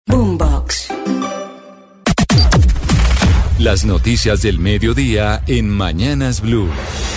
Boombox. Las noticias del mediodía en Mañanas Blue.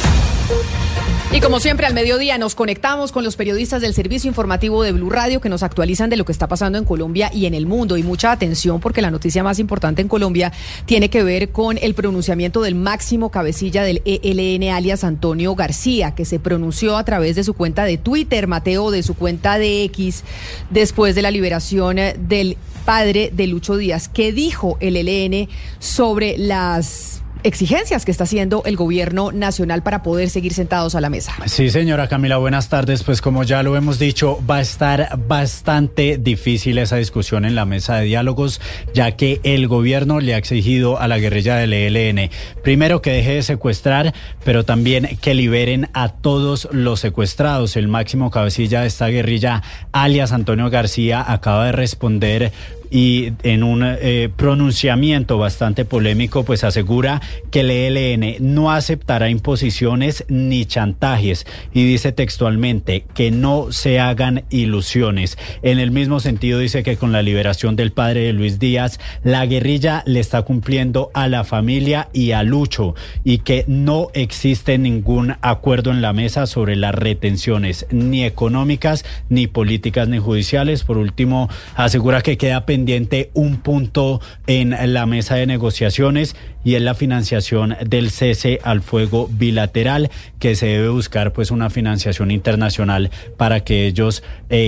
Y como siempre al mediodía nos conectamos con los periodistas del servicio informativo de Blue Radio que nos actualizan de lo que está pasando en Colombia y en el mundo. Y mucha atención porque la noticia más importante en Colombia tiene que ver con el pronunciamiento del máximo cabecilla del ELN, alias Antonio García, que se pronunció a través de su cuenta de Twitter, Mateo, de su cuenta de X, después de la liberación del padre de Lucho Díaz. ¿Qué dijo el ELN sobre las exigencias que está haciendo el gobierno nacional para poder seguir sentados a la mesa? Sí, señora Camila, buenas tardes. Pues como ya lo hemos dicho, va a estar bastante difícil esa discusión en la mesa de diálogos, ya que el gobierno le ha exigido a la guerrilla del ELN, primero que deje de secuestrar, pero también que liberen a todos los secuestrados. El máximo cabecilla de esta guerrilla, alias Antonio García, acaba de responder y en un pronunciamiento bastante polémico, pues asegura que el ELN no aceptará imposiciones ni chantajes y dice textualmente que no se hagan ilusiones. En el mismo sentido dice que con la liberación del padre de Luis Díaz, la guerrilla le está cumpliendo a la familia y a Lucho y que no existe ningún acuerdo en la mesa sobre las retenciones ni económicas, ni políticas, ni judiciales. Por último, asegura que queda pendiente un punto en la mesa de negociaciones y es la financiación del cese al fuego bilateral, que se debe buscar pues una financiación internacional para que ellos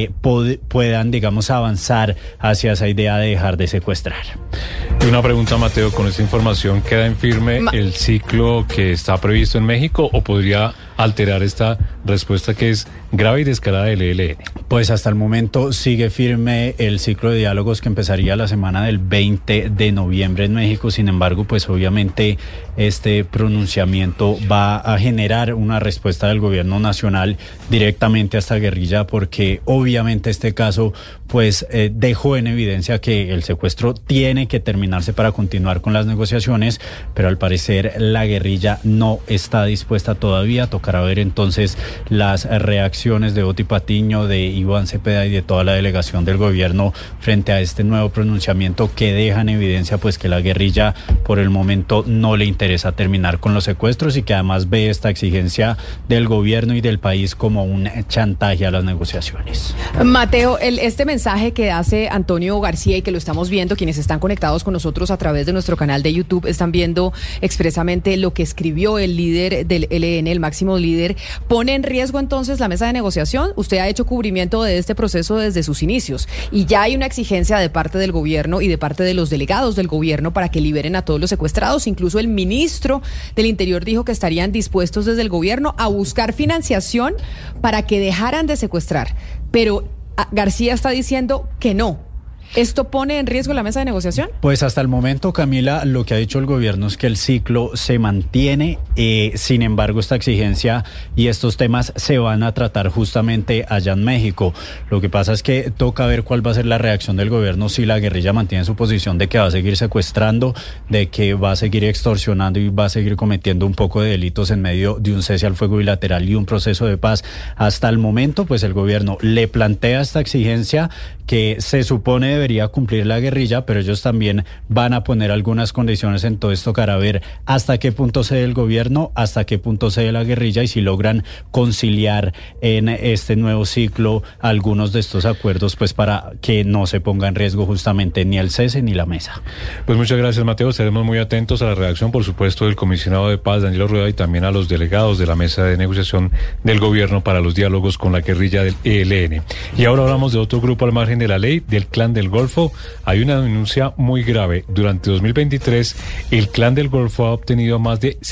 puedan, digamos, avanzar hacia esa idea de dejar de secuestrar. Y una pregunta, Mateo, ¿con esta información queda en firme el ciclo que está previsto en México o podría alterar esta respuesta que es grave y descarada del ELN? Pues hasta el momento sigue firme el ciclo de diálogos que empezaría la semana del 20 de noviembre en México. Sin embargo, pues obviamente este pronunciamiento va a generar una respuesta del gobierno nacional directamente a esta guerrilla, porque obviamente este caso pues dejó en evidencia que el secuestro tiene que terminarse para continuar con las negociaciones, pero al parecer la guerrilla no está dispuesta todavía. Tocará ver entonces las reacciones de Oti Patiño, de Iván Cepeda y de toda la delegación del gobierno frente a este nuevo pronunciamiento que deja en evidencia pues que la guerrilla por el momento no le interesa terminar con los secuestros y que además ve esta exigencia del gobierno y del país como un chantaje a las negociaciones. Mateo, este mensaje que hace Antonio García y que lo estamos viendo, quienes están conectados con nosotros a través de nuestro canal de YouTube están viendo expresamente lo que escribió el líder del ELN, el máximo líder. ¿Pone en riesgo entonces la mesa de negociación? Usted ha hecho cubrimiento de este proceso desde sus inicios y ya hay una exigencia de parte del gobierno y de parte de los delegados del gobierno para que liberen a todos los secuestrados. Incluso el ministro del Interior dijo que estarían dispuestos desde el gobierno a buscar financiación para que dejaran de secuestrar. Pero García está diciendo que no. ¿Esto pone en riesgo la mesa de negociación? Pues hasta el momento, Camila, lo que ha dicho el gobierno es que el ciclo se mantiene. Sin embargo, esta exigencia y estos temas se van a tratar justamente allá en México. Lo que pasa es que toca ver cuál va a ser la reacción del gobierno si la guerrilla mantiene su posición de que va a seguir secuestrando, de que va a seguir extorsionando y va a seguir cometiendo un poco de delitos en medio de un cese al fuego bilateral y un proceso de paz. Hasta el momento, pues el gobierno le plantea esta exigencia que se supone debería cumplir la guerrilla, pero ellos también van a poner algunas condiciones en todo esto para ver hasta qué punto cede el gobierno, hasta qué punto cede la guerrilla y si logran conciliar en este nuevo ciclo algunos de estos acuerdos, pues para que no se ponga en riesgo justamente ni el cese ni la mesa. Pues muchas gracias, Mateo. Estaremos muy atentos a la reacción, por supuesto, del comisionado de paz, Danilo Rueda, y también a los delegados de la mesa de negociación del gobierno para los diálogos con la guerrilla del ELN. Y ahora hablamos de otro grupo al margen de la ley, del Clan del Golfo. Hay una denuncia muy grave. Durante 2023, el Clan del Golfo ha obtenido más de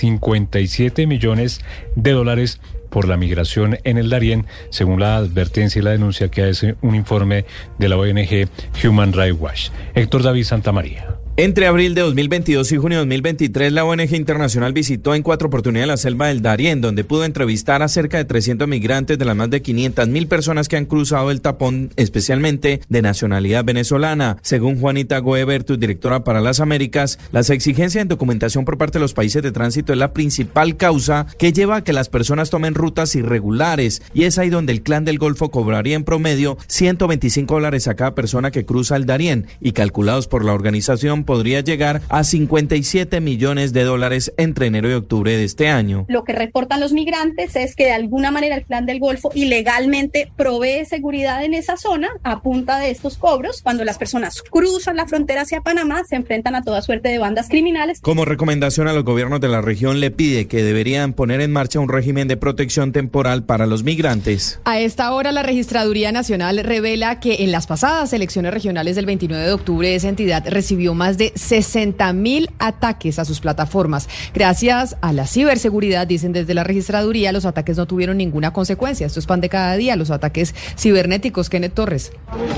57 millones de dólares por la migración en el Darién, según la advertencia y la denuncia que hace un informe de la ONG Human Rights Watch. Héctor David Santamaría. Entre abril de 2022 y junio de 2023, la ONG Internacional visitó en 4 oportunidades la selva del Darién, donde pudo entrevistar a cerca de 300 migrantes de las más de 500.000 personas que han cruzado el tapón, especialmente de nacionalidad venezolana. Según Juanita Goebertus, directora para las Américas, las exigencias en documentación por parte de los países de tránsito es la principal causa que lleva a que las personas tomen rutas irregulares, y es ahí donde el Clan del Golfo cobraría en promedio $125 a cada persona que cruza el Darién, y calculados por la organización podría llegar a $57 millones entre enero y octubre de este año. Lo que reportan los migrantes es que de alguna manera el Clan del Golfo ilegalmente provee seguridad en esa zona a punta de estos cobros. Cuando las personas cruzan la frontera hacia Panamá, se enfrentan a toda suerte de bandas criminales. Como recomendación a los gobiernos de la región, le pide que deberían poner en marcha un régimen de protección temporal para los migrantes. A esta hora, la Registraduría Nacional revela que en las pasadas elecciones regionales del 29 de octubre, esa entidad recibió más de 60.000 ataques a sus plataformas. Gracias a la ciberseguridad, dicen desde la Registraduría, los ataques no tuvieron ninguna consecuencia. Esto es pan de cada día, los ataques cibernéticos. Kenneth Torres.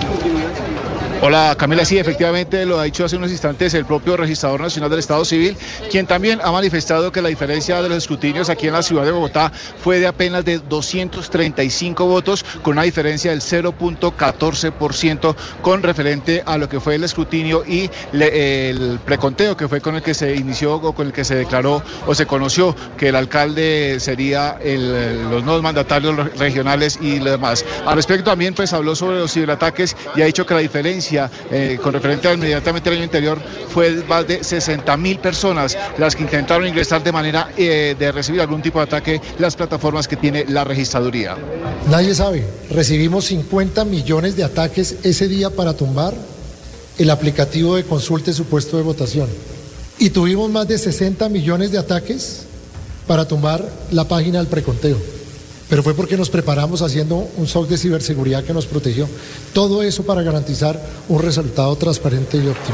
Hola Camila, sí, efectivamente lo ha dicho hace unos instantes el propio Registrador Nacional del Estado Civil, quien también ha manifestado que la diferencia de los escrutinios aquí en la ciudad de Bogotá fue de apenas de 235 votos, con una diferencia del 0.14% con referente a lo que fue el escrutinio y el preconteo, que fue con el que se inició o con el que se declaró o se conoció que el alcalde sería los nuevos mandatarios regionales y lo demás. Al respecto también pues habló sobre los ciberataques y ha dicho que la diferencia con referente al inmediatamente el año anterior fue más de 60.000 personas las que intentaron ingresar de manera de recibir algún tipo de ataque las plataformas que tiene la registraduría. Nadie sabe, recibimos 50 millones de ataques ese día para tumbar el aplicativo de consulta de su puesto de votación, y tuvimos más de 60 millones de ataques para tumbar la página del preconteo. Pero fue porque nos preparamos haciendo un SOC de ciberseguridad que nos protegió. Todo eso para garantizar un resultado transparente y óptimo.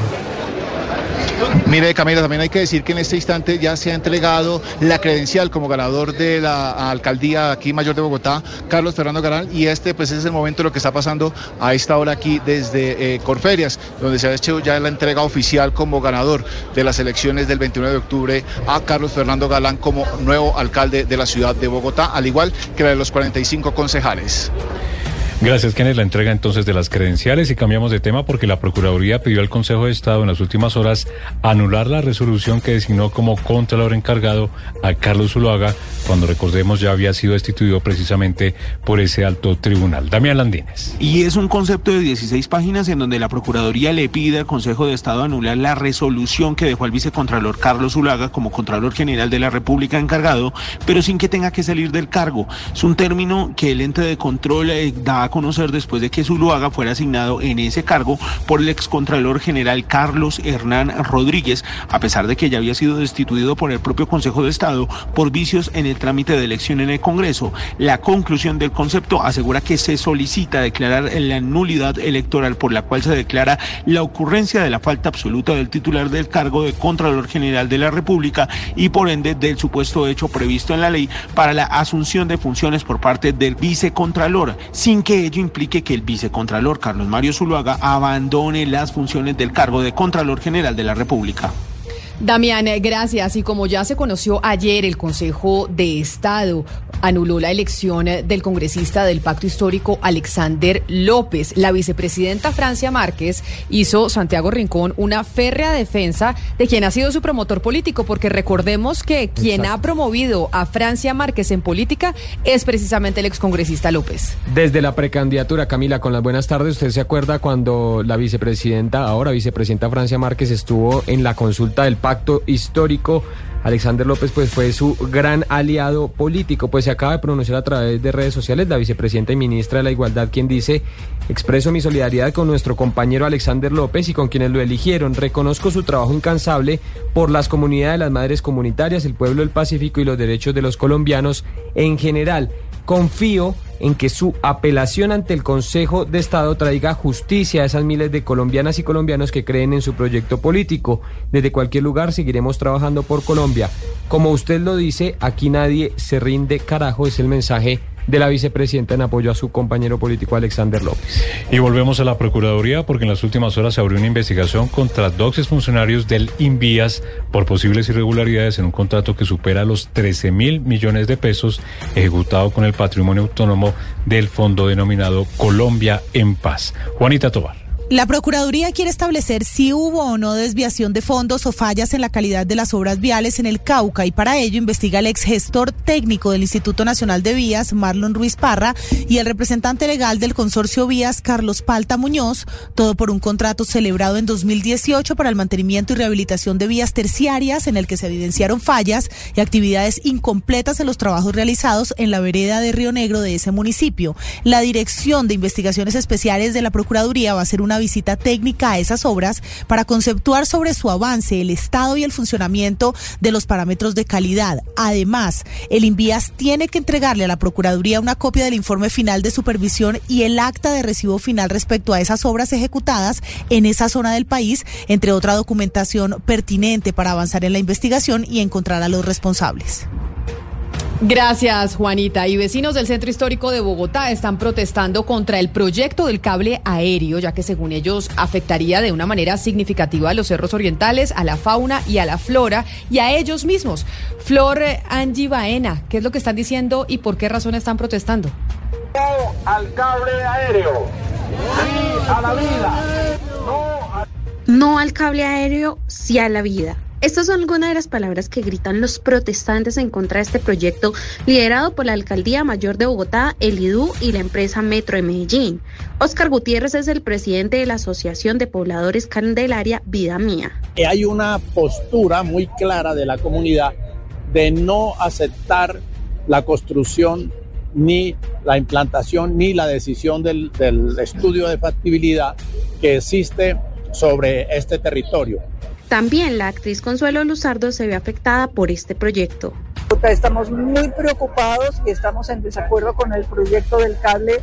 Mire, Camila, también hay que decir que en este instante ya se ha entregado la credencial como ganador de la alcaldía aquí mayor de Bogotá, Carlos Fernando Galán, y pues es el momento de lo que está pasando a esta hora aquí desde Corferias, donde se ha hecho ya la entrega oficial como ganador de las elecciones del 29 de octubre a Carlos Fernando Galán como nuevo alcalde de la ciudad de Bogotá, al igual que la de los 45 concejales. Gracias, Kenneth. La entrega entonces de las credenciales, y cambiamos de tema porque la Procuraduría pidió al Consejo de Estado en las últimas horas anular la resolución que designó como contralor encargado a Carlos Zuluaga, cuando, recordemos, ya había sido destituido precisamente por ese alto tribunal. Damián Landines. Y es un concepto de 16 páginas en donde la Procuraduría le pide al Consejo de Estado anular la resolución que dejó al vicecontralor Carlos Zuluaga como Contralor General de la República encargado, pero sin que tenga que salir del cargo. Es un término que el ente de control da a conocer después de que Zuluaga fuera asignado en ese cargo por el excontralor general Carlos Hernán Rodríguez, a pesar de que ya había sido destituido por el propio Consejo de Estado por vicios en el trámite de elección en el Congreso. La conclusión del concepto asegura que se solicita declarar la nulidad electoral por la cual se declara la ocurrencia de la falta absoluta del titular del cargo de Contralor General de la República y por ende del supuesto hecho previsto en la ley para la asunción de funciones por parte del vicecontralor, sin que ello implique que el vicecontralor Carlos Mario Zuluaga abandone las funciones del cargo de Contralor General de la República. Damián, gracias. Y como ya se conoció ayer, el Consejo de Estado anuló la elección del congresista del Pacto Histórico Alexander López. La vicepresidenta Francia Márquez hizo, Santiago Rincón, una férrea defensa de quien ha sido su promotor político, porque recordemos que quien ha promovido a Francia Márquez en política es precisamente el excongresista López. Desde la precandidatura, Camila, con las buenas tardes, ¿usted se acuerda cuando la ahora vicepresidenta Francia Márquez estuvo en la consulta del Pacto Histórico? Alexander López pues fue su gran aliado político. Pues se acaba de pronunciar a través de redes sociales la vicepresidenta y ministra de la Igualdad, quien dice: expreso mi solidaridad con nuestro compañero Alexander López y con quienes lo eligieron. Reconozco su trabajo incansable por las comunidades de las madres comunitarias, el pueblo del Pacífico y los derechos de los colombianos en general. Confío en que su apelación ante el Consejo de Estado traiga justicia a esas miles de colombianas y colombianos que creen en su proyecto político. Desde cualquier lugar seguiremos trabajando por Colombia. Como usted lo dice, aquí nadie se rinde, carajo, es el mensaje de la vicepresidenta en apoyo a su compañero político Alexander López. Y volvemos a la Procuraduría porque en las últimas horas se abrió una investigación contra 2 exfuncionarios del Invías por posibles irregularidades en un contrato que supera los 13.000 millones de pesos ejecutado con el patrimonio autónomo del fondo denominado Colombia en Paz. Juanita Tobar. La Procuraduría quiere establecer si hubo o no desviación de fondos o fallas en la calidad de las obras viales en el Cauca y para ello investiga el ex gestor técnico del Instituto Nacional de Vías, Marlon Ruiz Parra, y el representante legal del consorcio Vías, Carlos Palta Muñoz, todo por un contrato celebrado en 2018 para el mantenimiento y rehabilitación de vías terciarias en el que se evidenciaron fallas y actividades incompletas en los trabajos realizados en la vereda de Río Negro de ese municipio. La Dirección de Investigaciones Especiales de la Procuraduría va a hacer una visita técnica a esas obras para conceptuar sobre su avance, el estado y el funcionamiento de los parámetros de calidad. Además, el Invías tiene que entregarle a la Procuraduría una copia del informe final de supervisión y el acta de recibo final respecto a esas obras ejecutadas en esa zona del país, entre otra documentación pertinente para avanzar en la investigación y encontrar a los responsables. Gracias, Juanita. Y vecinos del Centro Histórico de Bogotá están protestando contra el proyecto del cable aéreo, ya que según ellos afectaría de una manera significativa a los cerros orientales, a la fauna y a la flora y a ellos mismos. Flor Angie Baena, ¿qué es lo que están diciendo y por qué razón están protestando? No al cable aéreo, sí a la vida. No al cable aéreo, sí a la vida. Estas son algunas de las palabras que gritan los protestantes en contra de este proyecto liderado por la Alcaldía Mayor de Bogotá, el IDU y la empresa Metro de Medellín. Óscar Gutiérrez es el presidente de la Asociación de Pobladores Candelaria Vida Mía. Hay una postura muy clara de la comunidad de no aceptar la construcción, ni la implantación, ni la decisión del estudio de factibilidad que existe sobre este territorio. También la actriz Consuelo Luzardo se ve afectada por este proyecto. Estamos muy preocupados y estamos en desacuerdo con el proyecto del cable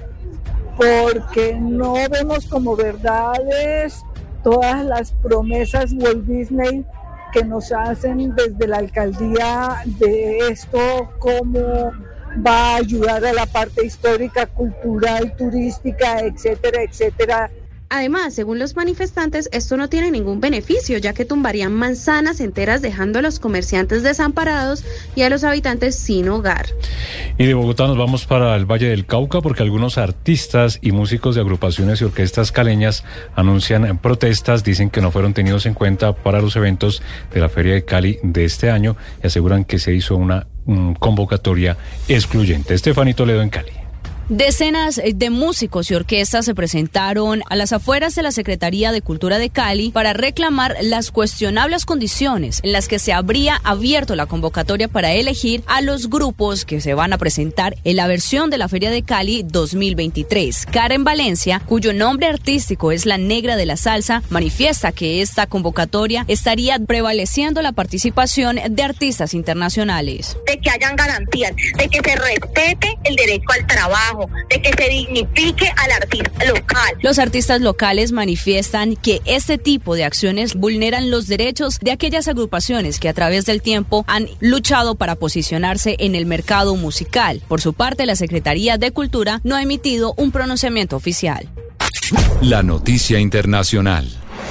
porque no vemos como verdades todas las promesas Walt Disney que nos hacen desde la alcaldía de esto, cómo va a ayudar a la parte histórica, cultural, turística, etcétera, etcétera. Además, según los manifestantes, esto no tiene ningún beneficio, ya que tumbarían manzanas enteras dejando a los comerciantes desamparados y a los habitantes sin hogar. Y de Bogotá nos vamos para el Valle del Cauca porque algunos artistas y músicos de agrupaciones y orquestas caleñas anuncian protestas, dicen que no fueron tenidos en cuenta para los eventos de la Feria de Cali de este año y aseguran que se hizo una convocatoria excluyente. Estefanía Toledo en Cali. Decenas de músicos y orquestas se presentaron a las afueras de la Secretaría de Cultura de Cali para reclamar las cuestionables condiciones en las que se habría abierto la convocatoria para elegir a los grupos que se van a presentar en la versión de la Feria de Cali 2023. Karen Valencia, cuyo nombre artístico es La Negra de la Salsa, manifiesta que esta convocatoria estaría prevaleciendo la participación de artistas internacionales. De que hayan garantías, de que se respete el derecho al trabajo, de que se dignifique al artista local. Los artistas locales manifiestan que este tipo de acciones vulneran los derechos de aquellas agrupaciones que a través del tiempo han luchado para posicionarse en el mercado musical. Por su parte, la Secretaría de Cultura no ha emitido un pronunciamiento oficial. La noticia internacional.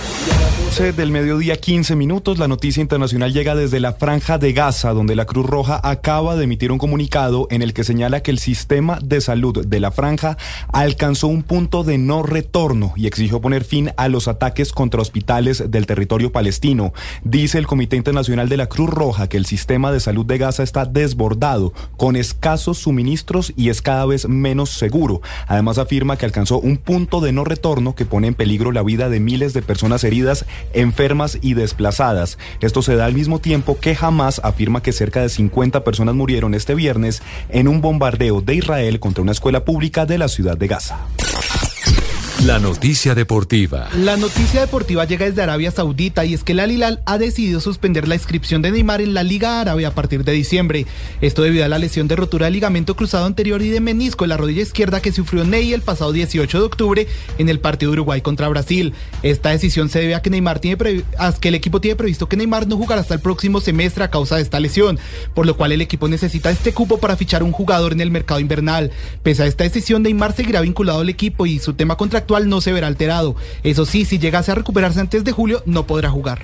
Del mediodía, 15 minutos. La noticia internacional llega desde la Franja de Gaza, donde la Cruz Roja acaba de emitir un comunicado en el que señala que el sistema de salud de la Franja alcanzó un punto de no retorno y exigió poner fin a los ataques contra hospitales del territorio palestino. Dice el Comité Internacional de la Cruz Roja que el sistema de salud de Gaza está desbordado, con escasos suministros y es cada vez menos seguro. Además afirma que alcanzó un punto de no retorno que pone en peligro la vida de miles de personas heridas, enfermas y desplazadas. Esto se da al mismo tiempo que Hamas afirma que cerca de 50 personas murieron este viernes en un bombardeo de Israel contra una escuela pública de la ciudad de Gaza. La noticia deportiva. La noticia deportiva llega desde Arabia Saudita y es que el Al Hilal ha decidido suspender la inscripción de Neymar en la Liga Árabe a partir de diciembre. Esto debido a la lesión de rotura del ligamento cruzado anterior y de menisco en la rodilla izquierda que sufrió Ney el pasado 18 de octubre en el partido de Uruguay contra Brasil. Esta decisión se debe a que el equipo tiene previsto que Neymar no jugará hasta el próximo semestre a causa de esta lesión, por lo cual el equipo necesita este cupo para fichar un jugador en el mercado invernal. Pese a esta decisión, Neymar seguirá vinculado al equipo y su tema contractual no se verá alterado. Eso sí, si llegase a recuperarse antes de julio, no podrá jugar.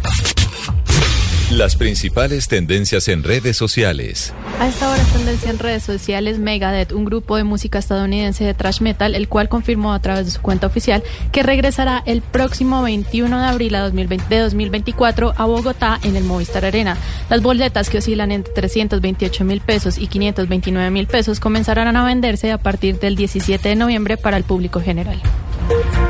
Las principales tendencias en redes sociales. A esta hora es tendencia en redes sociales Megadeth, un grupo de música estadounidense de thrash metal, el cual confirmó a través de su cuenta oficial que regresará el próximo 21 de abril de 2024 a Bogotá en el Movistar Arena. Las boletas, que oscilan entre 328.000 pesos y 529.000 pesos, comenzarán a venderse a partir del 17 de noviembre para el público general.